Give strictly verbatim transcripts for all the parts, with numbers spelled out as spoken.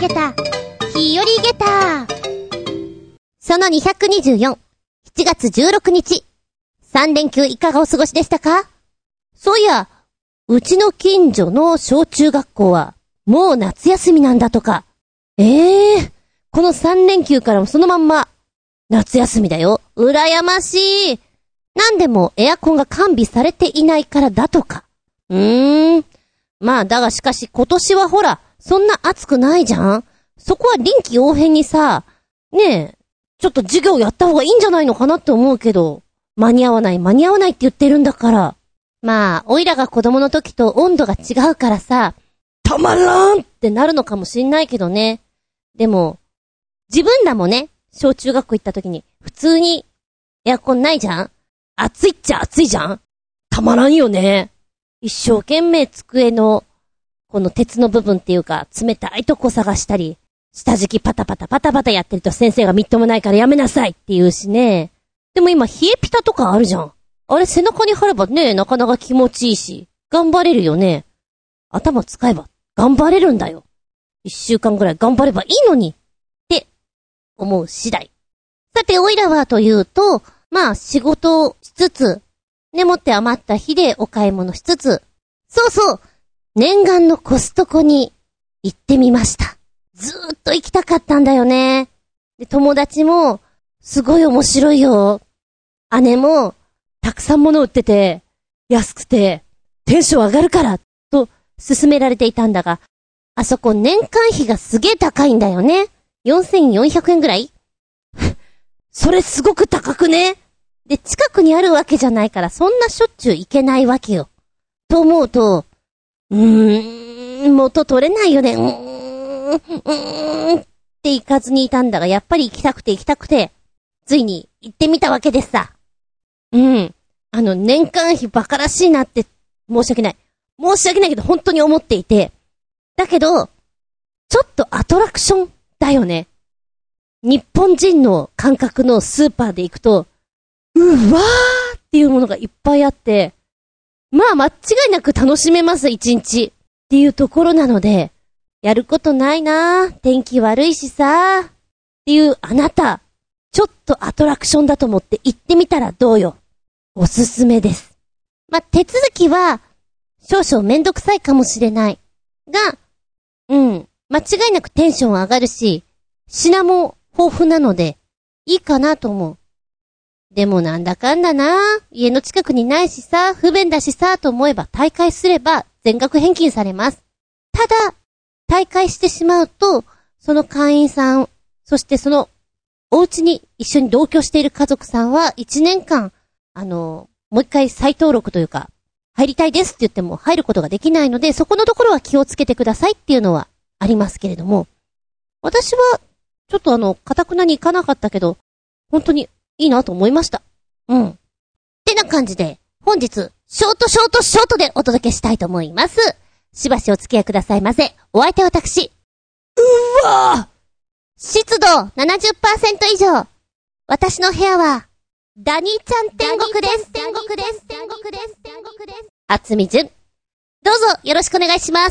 げた、日和げた。そのにひゃくにじゅうよん、しちがつじゅうろくにち。さんれんきゅういかがお過ごしでしたか？そういや、うちの近所の小中学校は、もう夏休みなんだとか。ええー、このさんれんきゅうからもそのまんま、夏休みだよ。羨ましい。なんでもエアコンが完備されていないからだとか。うーん。まあ、だがしかし今年はほら、そんな暑くないじゃん？そこは臨機応変にさ、ねえ、ちょっと授業やった方がいいんじゃないのかなって思うけど、間に合わない間に合わないって言ってるんだから。まあ、おいらが子供の時と温度が違うからさ、たまらんってなるのかもしんないけどね。でも、自分らもね、小中学校行った時に、普通にエアコンないじゃん？暑いっちゃ暑いじゃん？たまらんよね。一生懸命机の、この鉄の部分っていうか、冷たいとこ探したり、下敷きパタパタパタパタやってると先生がみっともないからやめなさいって言うしね。でも今冷えピタとかあるじゃん。あれ背中に貼ればね、なかなか気持ちいいし、頑張れるよね。頭使えば頑張れるんだよ。一週間ぐらい頑張ればいいのに。って思う次第。さて、おいらはというと、まあ仕事をしつつ、ねもって余った日でお買い物しつつ、そうそう、念願のコストコに行ってみました。ずーっと行きたかったんだよね。で、友達も、すごい面白いよ。姉も、たくさん物売ってて、安くて、テンション上がるから、と勧められていたんだが、あそこ年間費がすげえ高いんだよね。よんせんよんひゃくえんぐらいそれすごく高くね？で、近くにあるわけじゃないから、そんなしょっちゅう行けないわけよ。と思うと、うーん、元取れないよね。うーん、うーんって行かずにいたんだが、やっぱり行きたくて行きたくて、ついに行ってみたわけですさ。うん。あの、年間費バカらしいなって、申し訳ない。申し訳ないけど、本当に思っていて。だけど、ちょっとアトラクションだよね。日本人の感覚のスーパーで行くと、うわーっていうものがいっぱいあって、まあ間違いなく楽しめます一日っていうところなので、やることないなー、天気悪いしさーっていうあなた、ちょっとアトラクションだと思って行ってみたらどうよ。おすすめです。まあ手続きは少々めんどくさいかもしれないが、うん、間違いなくテンション上がるし、品も豊富なのでいいかなと思う。でもなんだかんだな、家の近くにないしさ、不便だしさ、と思えば退会すれば全額返金されます。ただ、退会してしまうと、その会員さん、そしてそのお家に一緒に同居している家族さんはいちねんかん、あの、もう一回再登録というか、入りたいですって言っても入ることができないので、そこのところは気をつけてくださいっていうのはありますけれども、私はちょっとあの、堅くなに行かなかったけど、本当にいいなと思いました。うん。ってな感じで、本日、ショートショートショートでお届けしたいと思います。しばしお付き合いくださいませ。お相手は私。うわぁ湿度 ななじゅっパーセント 以上。私の部屋は、ダニーちゃん天国です。天国です。天国です。天国です。あつみじゅん。どうぞよろしくお願いします。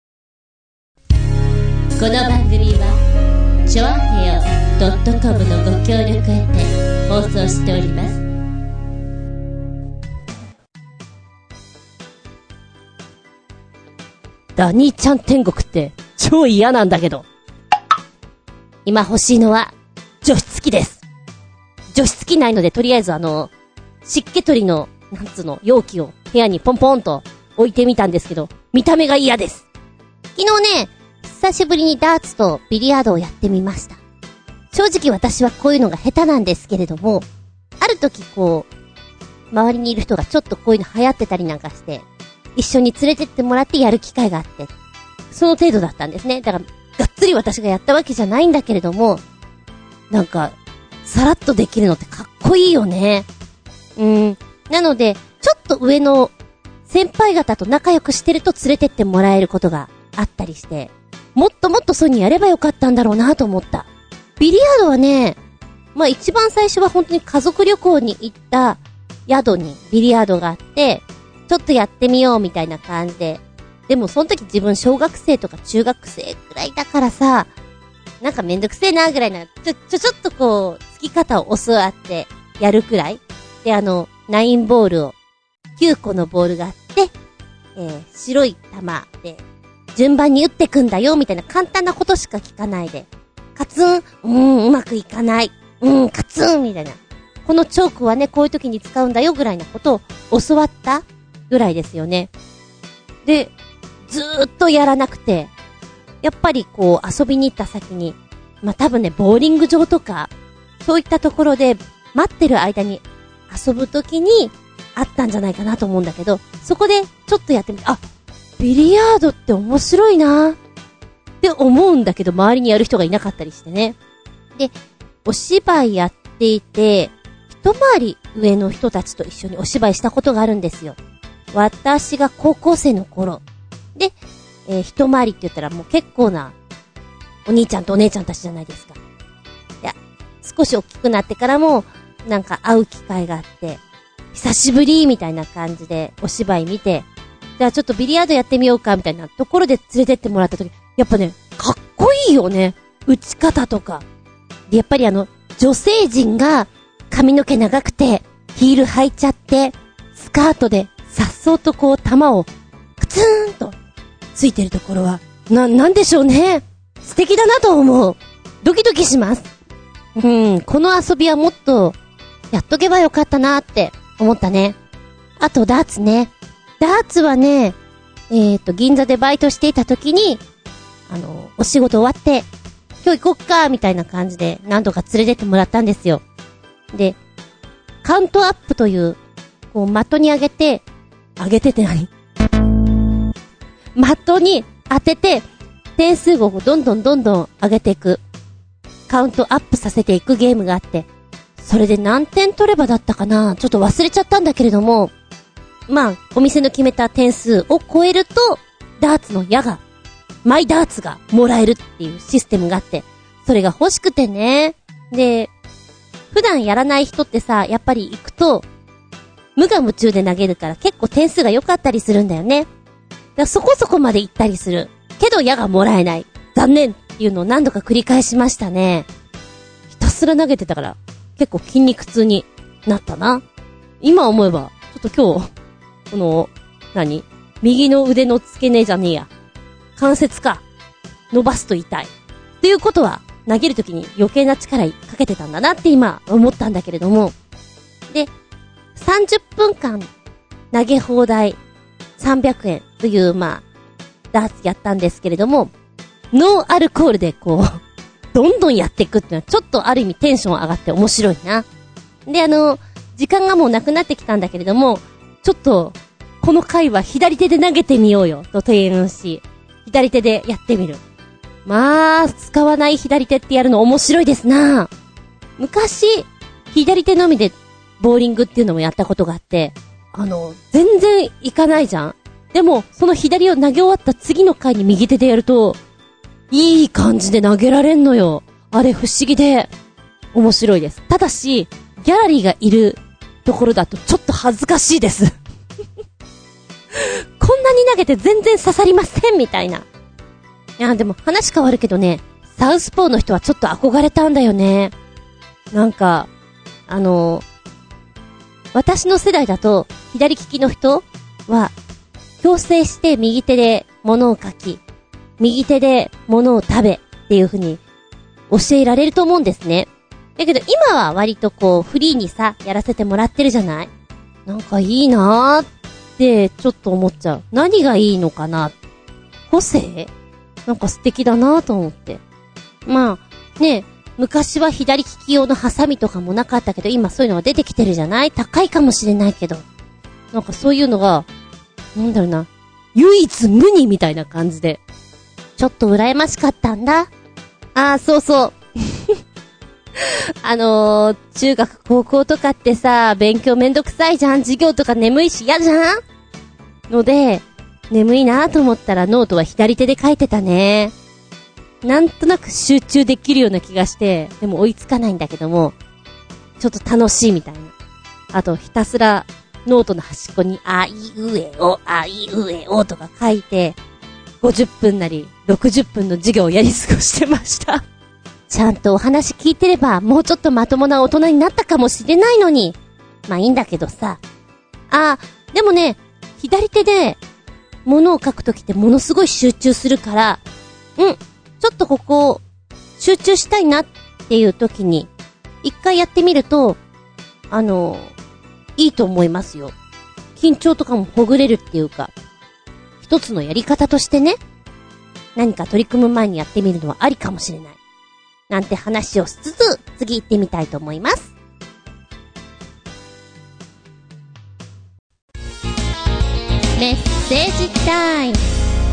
この番組は、チョアヘオ .com のご協力へて放送しております。 ダニーちゃん天国って超嫌なんだけど。今欲しいのは除湿機です。除湿機ないのでとりあえずあの湿気取りのなんつうの容器を部屋にポンポンと置いてみたんですけど、見た目が嫌です。昨日ね、久しぶりにダーツとビリヤードをやってみました。正直私はこういうのが下手なんですけれども、ある時こう周りにいる人がちょっとこういうの流行ってたりなんかして一緒に連れてってもらってやる機会があって、その程度だったんですね。だからがっつり私がやったわけじゃないんだけれども、なんかさらっとできるのってかっこいいよね。うーん。なのでちょっと上の先輩方と仲良くしてると連れてってもらえることがあったりして、もっともっとそういうにやればよかったんだろうなと思った。ビリヤードはね、まあ一番最初は本当に家族旅行に行った宿にビリヤードがあって、ちょっとやってみようみたいな感じで。 でもその時自分小学生とか中学生くらいだからさ、なんかめんどくせえなぐらいな、ちょ、ちょ、ちょっとこう、付き方を教わってやるくらい。で、あの、ナインボールを、きゅうこのボールがあって、えー、白い球で、順番に打ってくんだよ、みたいな簡単なことしか聞かないで。カツン、うーん、うまくいかない。うん、カツン、みたいな。このチョークはね、こういう時に使うんだよ、ぐらいなことを教わったぐらいですよね。で、ずーっとやらなくて、やっぱりこう遊びに行った先に、まあ、多分ね、ボーリング場とか、そういったところで待ってる間に遊ぶ時にあったんじゃないかなと思うんだけど、そこでちょっとやってみて、あ、ビリヤードって面白いなって思うんだけど、周りにやる人がいなかったりしてね。で、お芝居やっていて、一回り上の人たちと一緒にお芝居したことがあるんですよ。私が高校生の頃。で、えー、一回りって言ったらもう結構なお兄ちゃんとお姉ちゃんたちじゃないですか。いや、少し大きくなってからもなんか会う機会があって、久しぶりみたいな感じでお芝居見て、じゃあちょっとビリヤードやってみようかみたいなところで連れてってもらった時、やっぱね、かっこいいよね。打ち方とか。で、やっぱりあの、女性陣が髪の毛長くて、ヒール履いちゃって、スカートでさっそうとこう玉を、クツーンとついてるところは、な、なんでしょうね。素敵だなと思う。ドキドキします。うん、この遊びはもっと、やっとけばよかったなって思ったね。あと、ダーツね。ダーツはね、えっと、銀座でバイトしていた時に、あの、お仕事終わって、今日行こっか、みたいな感じで何度か連れてってもらったんですよ。で、カウントアップという、こう、的に上げて、上げてって何？的に当てて、点数をどんどんどんどん上げていく。カウントアップさせていくゲームがあって、それで何点取ればだったかな？ちょっと忘れちゃったんだけれども、まあ、お店の決めた点数を超えると、ダーツの矢が、マイダーツがもらえるっていうシステムがあって、それが欲しくてね。で、普段やらない人ってさ、やっぱり行くと、無我夢中で投げるから結構点数が良かったりするんだよね。だからそこそこまで行ったりする。けど矢がもらえない。残念っていうのを何度か繰り返しましたね。ひたすら投げてたから、結構筋肉痛になったな。今思えば、ちょっと今日、この、何？右の腕の付け根じゃねえや。関節か。伸ばすと痛い。っていうことは、投げるときに余計な力かけてたんだなって今思ったんだけれども。で、さんじゅっぷんかん投げ放題さんびゃくえんという、まあ、ダーツやったんですけれども、ノーアルコールでこう、どんどんやっていくっていうのはちょっとある意味テンション上がって面白いな。で、あの、時間がもうなくなってきたんだけれども、ちょっと、この回は左手で投げてみようよと提案し、左手でやってみる。まあ、使わない左手ってやるの面白いですな。昔、左手のみでボーリングっていうのもやったことがあって、あの、全然いかないじゃん。でも、その左を投げ終わった次の回に右手でやると、いい感じで投げられんのよ。あれ不思議で、面白いです。ただし、ギャラリーがいるところだとちょっと恥ずかしいです。こんなに投げて全然刺さりませんみたいな。いや、でも話変わるけどね、サウスポーの人はちょっと憧れたんだよね。なんか、あの、私の世代だと、左利きの人は、強制して右手で物を書き、右手で物を食べっていう風に教えられると思うんですね。だけど今は割とこうフリーにさ、やらせてもらってるじゃない？なんかいいなーってちょっと思っちゃう。何がいいのかな？個性？なんか素敵だなーと思って。まあ、ね、昔は左利き用のハサミとかもなかったけど、今そういうのが出てきてるじゃない？高いかもしれないけど。なんかそういうのが、なんだろうな、唯一無二みたいな感じで、ちょっと羨ましかったんだ。ああ、そうそう。あのー、中学高校とかってさ、勉強めんどくさいじゃん。授業とか眠いし嫌じゃんので、眠いなと思ったらノートは左手で書いてたね。なんとなく集中できるような気がして、でも追いつかないんだけども、ちょっと楽しいみたいな。あとひたすらノートの端っこにあいうえお、あいうえおとか書いて、ごじゅっぷんなりろくじゅっぷんの授業をやり過ごしてました。ちゃんとお話聞いてれば、もうちょっとまともな大人になったかもしれないのに。まあいいんだけどさ。あー、でもね、左手で物を書くときってものすごい集中するから、うん、ちょっとここ、集中したいなっていうときに、一回やってみると、あの、いいと思いますよ。緊張とかもほぐれるっていうか、一つのやり方としてね、何か取り組む前にやってみるのはありかもしれない。なんて話をしつつ、次行ってみたいと思います。 メッセージタイム。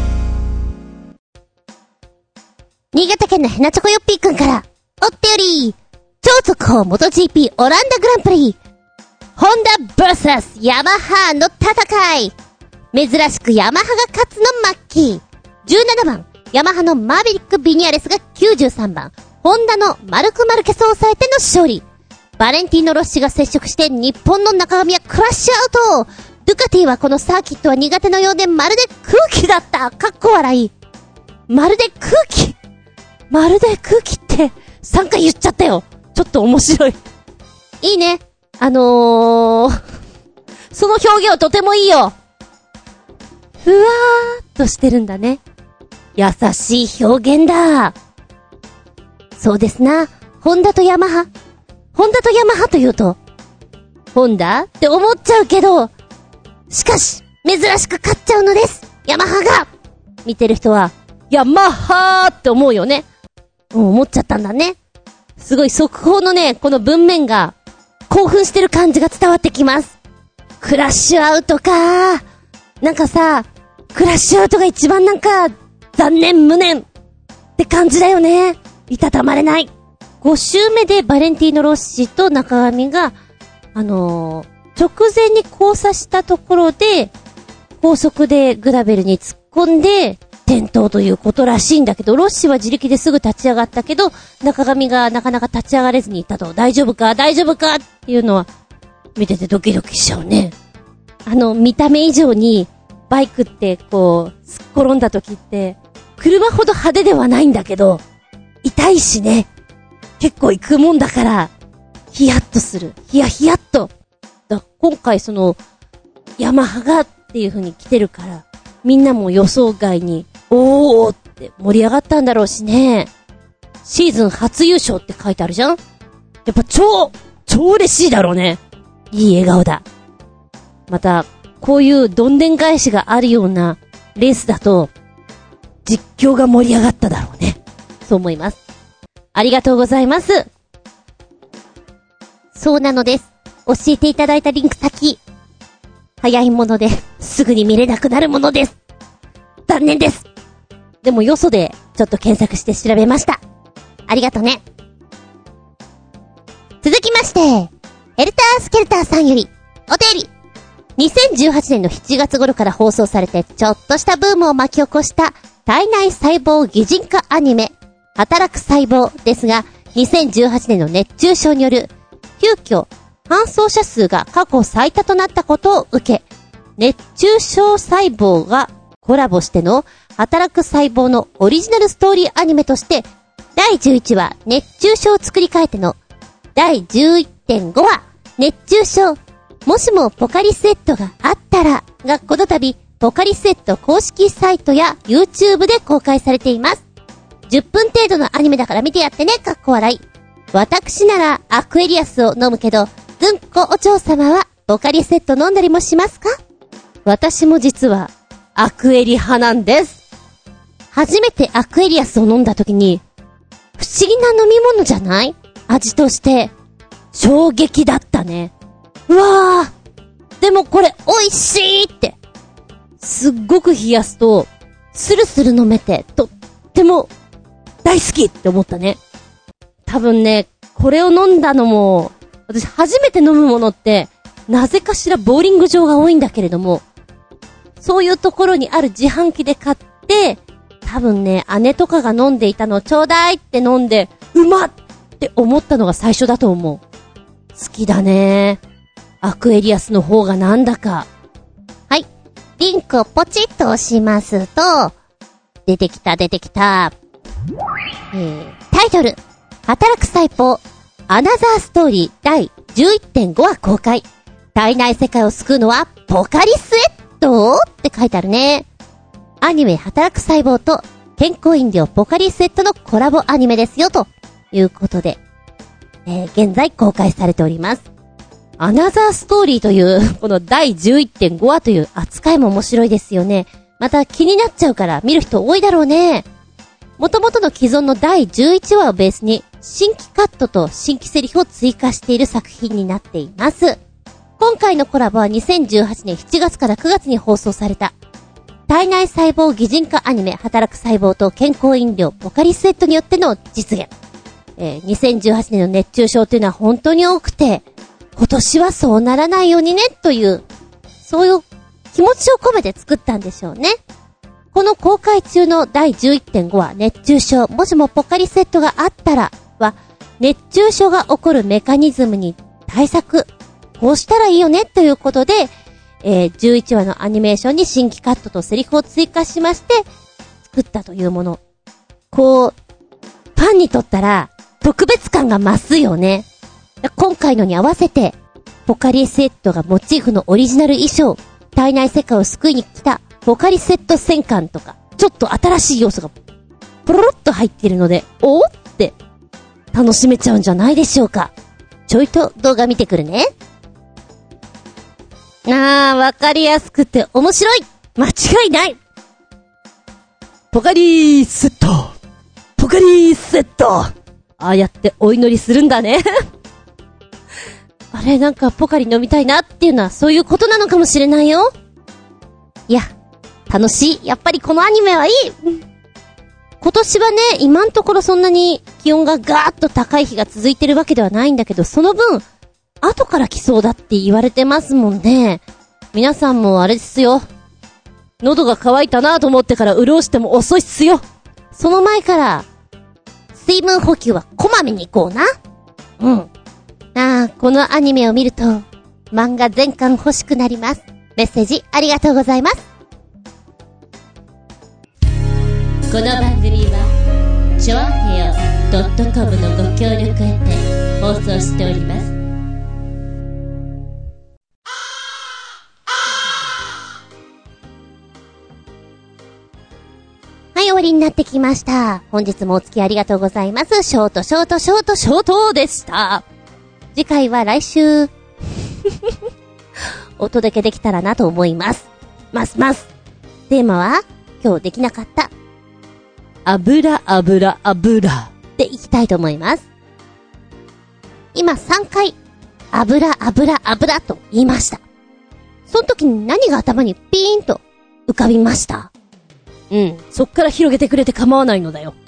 新潟県のヘナチョコヨッピーくんから、おってより、超速報元 ジーピー オランダグランプリ、ホンダ ブイエス ヤマハの戦い。珍しくヤマハが勝つのマッキー。じゅうななばん、ヤマハのマーベリック・ビニアレスがきゅうじゅうさんばん、ホンダのマルク・マルケスを抑えての勝利。バレンティーノ・ロッシが接触して日本の中上はクラッシュアウト。ドゥカティはこのサーキットは苦手のようでまるで空気だった。かっこ笑い。まるで空気。まるで空気ってさんかい言っちゃったよ。ちょっと面白い。いいね。あのー、その表現はとてもいいよ。ふわーっとしてるんだね。優しい表現だ。そうですな。ホンダとヤマハ。ホンダとヤマハというと、ホンダって思っちゃうけど、しかし、珍しく勝っちゃうのです。ヤマハが。見てる人は、ヤマハーって思うよね。もう思っちゃったんだね。すごい速報のね、この文面が、興奮してる感じが伝わってきます。クラッシュアウトかー。なんかさ、クラッシュアウトが一番なんか、残念無念って感じだよね。いたたまれない。ご周目でバレンティーノ・ロッシと中上が、あのー、直前に交差したところで、高速でグラベルに突っ込んで、転倒ということらしいんだけど、ロッシは自力ですぐ立ち上がったけど、中上がなかなか立ち上がれずにいたと、大丈夫か大丈夫かっていうのは、見ててドキドキしちゃうね。あの、見た目以上に、バイクってこう、すっ転んだ時って、車ほど派手ではないんだけど、痛いしね。結構行くもんだから、ヒヤッとする。ヒヤヒヤッと。だ今回その、ヤマハがっていう風に来てるから、みんなも予想外に、おーって盛り上がったんだろうしね。シーズン初優勝って書いてあるじゃん？やっぱ超、超嬉しいだろうね。いい笑顔だ。また、こういうどんでん返しがあるようなレースだと、実況が盛り上がっただろうね。そう思います。ありがとうございます。そうなのです。教えていただいたリンク先。早いもので、すぐに見れなくなるものです。残念です。でもよそで、ちょっと検索して調べました。ありがとね。続きまして、ヘルタースケルターさんより、お便り。にせんじゅうはちねんのしちがつ頃から放送されて、ちょっとしたブームを巻き起こした体内細胞擬人化アニメ、働く細胞ですが、にせんじゅうはちねんの熱中症による、急遽、搬送者数が過去最多となったことを受け、熱中症細胞がコラボしての働く細胞のオリジナルストーリーアニメとして、だいじゅういちわ熱中症を作り変えてのだいじゅういってんごわ熱中症もしもポカリスエットがあったらがこの度ポカリスエット公式サイトや YouTube で公開されています。じゅっぷん程度のアニメだから見てやってね、かっこ笑い。私ならアクエリアスを飲むけど、ずんこお嬢様はポカリスエット飲んだりもしますか？私も実はアクエリ派なんです。初めてアクエリアスを飲んだ時に不思議な飲み物じゃない？味として衝撃だったね。うわー、でもこれ美味しいって。すっごく冷やすとスルスル飲めてとっても大好きって思ったね。多分ね、これを飲んだのも私初めて飲むものってなぜかしらボーリング場が多いんだけれども、そういうところにある自販機で買って、多分ね、姉とかが飲んでいたのをちょうだいって飲んで、うまっって思ったのが最初だと思う。好きだね。 アクエリアスの方がなんだか。はい。リンクをポチッと押しますと、出てきた出てきた。えー、タイトル、働く細胞、アナザーストーリーだい じゅういってんご 話公開。体内世界を救うのはポカリスエットって書いてあるね。アニメ働く細胞と健康飲料ポカリスエットのコラボアニメですよということで、えー、現在公開されております。アナザーストーリーというこのだい じゅういってんご 話という扱いも面白いですよね。また気になっちゃうから見る人多いだろうね。元々の既存のだいじゅういちわをベースに新規カットと新規セリフを追加している作品になっています。今回のコラボはにせんじゅうはちねんしちがつからくがつに放送された体内細胞擬人化アニメ働く細胞と健康飲料ポカリスエットによっての実現。えー、にせんじゅうはちねんの熱中症というのは本当に多くて、今年はそうならないようにねという、そういう気持ちを込めて作ったんでしょうね。この公開中のだいじゅういってんご 話熱中症、もしもポカリスエットがあったらは、熱中症が起こるメカニズムに対策、こうしたらいいよねということで、えー、じゅういちわのアニメーションに新規カットとセリフを追加しまして作ったというもの。こう、ファンにとったら特別感が増すよね。今回のに合わせてポカリスエットがモチーフのオリジナル衣装、体内世界を救いに来たポカリスエット戦艦とか、ちょっと新しい要素がポロロッと入っているので、おーって楽しめちゃうんじゃないでしょうか。ちょいと動画見てくるね。あー、わかりやすくて面白い。間違いない。ポカリスエット、ポカリスエット。ああやってお祈りするんだね。あれ、なんかポカリ飲みたいなっていうのはそういうことなのかもしれないよ。いや、楽しい。やっぱりこのアニメはいい。今年はね、今んところそんなに気温がガーッと高い日が続いてるわけではないんだけど、その分後から来そうだって言われてますもんね。皆さんもあれですよ。喉が渇いたなと思ってから潤しても遅いっすよ。その前から水分補給はこまめに行こうな。うん。ああ、このアニメを見ると漫画全巻欲しくなります。メッセージありがとうございます。 この番組はちょあへよ .com のご協力へて放送しております。 はい、終わりになってきました。本日もお付き合いありがとうございます。ショートショートショートショートでした。次回は来週お届けできたらなと思います。ますます。テーマは今日できなかった油油油でいきたいと思います。今さんかい油油油と言いました。その時に何が頭にピーンと浮かびました？うん。そっから広げてくれて構わないのだよ。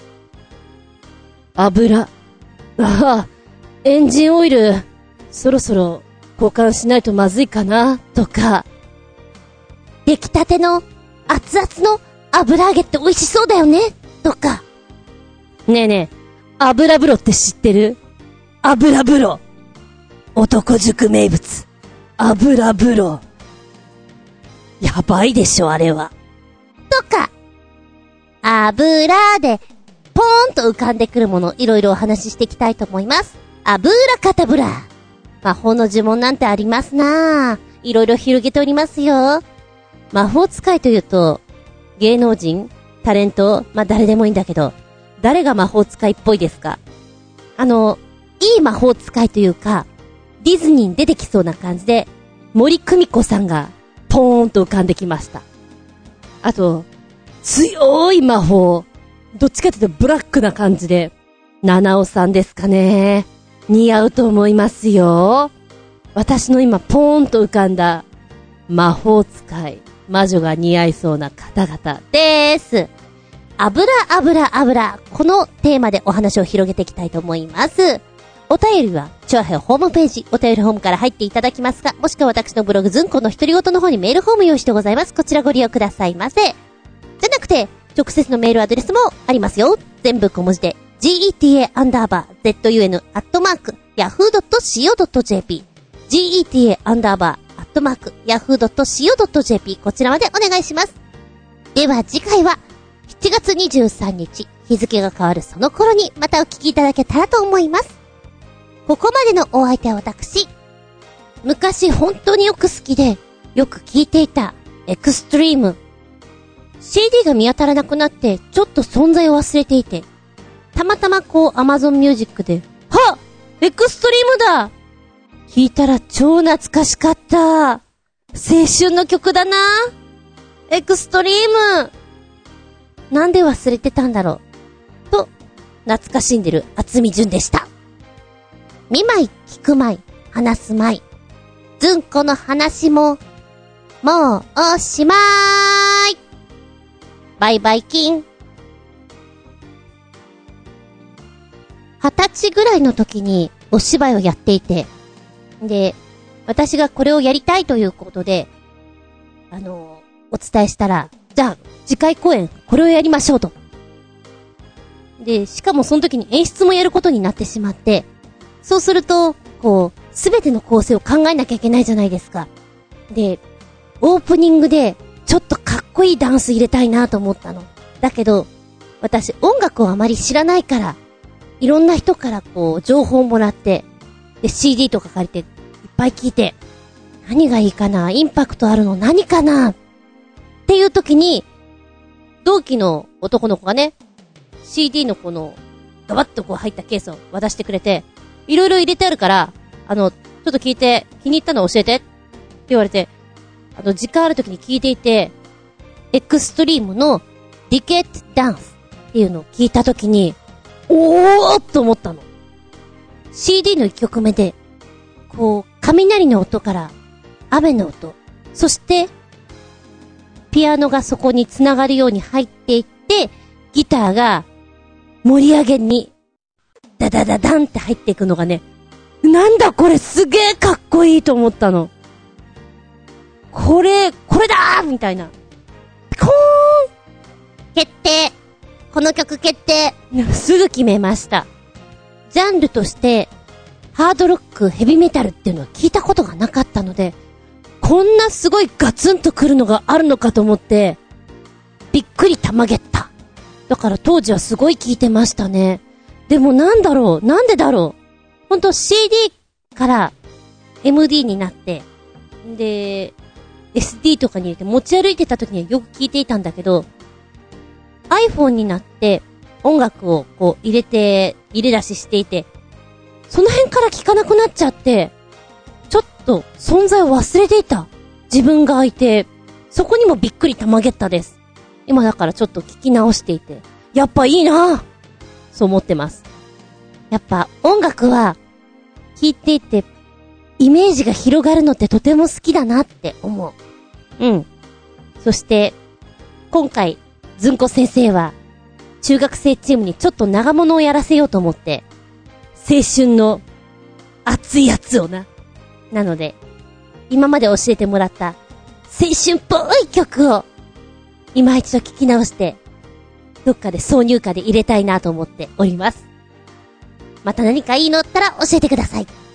油。ああ、エンジンオイル、そろそろ交換しないとまずいかな、とか。出来たての熱々の油揚げって美味しそうだよね、とか。ねえねえ、油風呂って知ってる？油風呂。男塾名物。油風呂。やばいでしょ、あれは。とか。油でポーンと浮かんでくるもの、いろいろお話ししていきたいと思います。油かたぶら。魔法の呪文なんてありますなぁ。いろいろ広げておりますよ。魔法使いというと、芸能人、タレント、まあ、誰でもいいんだけど、誰が魔法使いっぽいですか？あの、いい魔法使いというか、ディズニーに出てきそうな感じで、森久美子さんがポーンと浮かんできました。あと、強い魔法。どっちかというとブラックな感じで、七尾さんですかね。似合うと思いますよ。私の今ポーンと浮かんだ魔法使い、魔女が似合いそうな方々です。油油油。このテーマでお話を広げていきたいと思います。お便りは、チョアヘホームページ、お便りホームから入っていただきますか、もしくは私のブログズンコの独り言の方にメールフォーム用意してございます。こちらご利用くださいませ。じゃなくて、直接のメールアドレスもありますよ。全部小文字で、geta アンダーバー zun アットマーク yahoo.co.jp ジーイーティーエー アンダーバーアットマークヤフー ドット シーオー ドット ジェーピー こちらまでお願いします。では次回はしちがつにじゅうさんにち日付が変わるその頃にまたお聞きいただけたらと思います。ここまでのお相手は私、昔本当によく好きでよく聴いていたエクストリーム。 シーディー が見当たらなくなってちょっと存在を忘れていて、たまたまこう Amazon Music ではっエクストリームだ聞いたら超懐かしかった。青春の曲だな。エクストリームなんで忘れてたんだろうと懐かしんでる厚み純でした。見舞い聞く舞い話す舞い、ずんこの話ももうおしまーい。バイバイキン。二十歳ぐらいの時にお芝居をやっていて、で、私がこれをやりたいということで、あの、お伝えしたら、じゃあ、次回公演、これをやりましょうと。で、しかもその時に演出もやることになってしまって、そうすると、こう、すべての構成を考えなきゃいけないじゃないですか。で、オープニングで、ちょっとかっこいいダンス入れたいなと思ったの。だけど、私音楽をあまり知らないから、いろんな人からこう、情報をもらって、で、シーディー とか借りて、いっぱい聞いて、何がいいかな、インパクトあるの何かなっていう時に、同期の男の子がね、シーディー のこの、ガバッとこう入ったケースを渡してくれて、いろいろ入れてあるから、あの、ちょっと聞いて、気に入ったの教えてって言われて、あの、時間ある時に聞いていて、エクストリームのディケットダンスっていうのを聞いた時に、おーっと思ったの。シーディー のいっきょくめで、こう、雷の音から雨の音、そして、ピアノがそこに繋がるように入っていって、ギターが盛り上げに、ダダダダンって入っていくのがね、なんだこれすげえかっこいいと思ったの。これ、これだーみたいな。コーン決定。この曲決定。すぐ決めました。ジャンルとして、ハードロック、ヘビメタルっていうのは聞いたことがなかったので、こんなすごいガツンとくるのがあるのかと思って、びっくりたまげった。だから当時はすごい聞いてましたね。でもなんだろうなんでだろうほんと シーディー から エムディー になって、で、エスディー とかに入れて持ち歩いてた時にはよく聞いていたんだけど、iPhone になって音楽をこう入れて、入れ出ししていて、その辺から聞かなくなっちゃって、ちょっと存在を忘れていた自分がいて、そこにもびっくりたまげったです。今だからちょっと聞き直していて、やっぱいいなぁそう思ってます。やっぱ音楽は聴いていてイメージが広がるのってとても好きだなって思う。うん。そして今回ずんこ先生は中学生チームにちょっと長物をやらせようと思って、青春の熱いやつをな。なので今まで教えてもらった青春っぽい曲を今一度聞き直してどっかで挿入歌で入れたいなと思っております。また何かいいのあったら教えてください。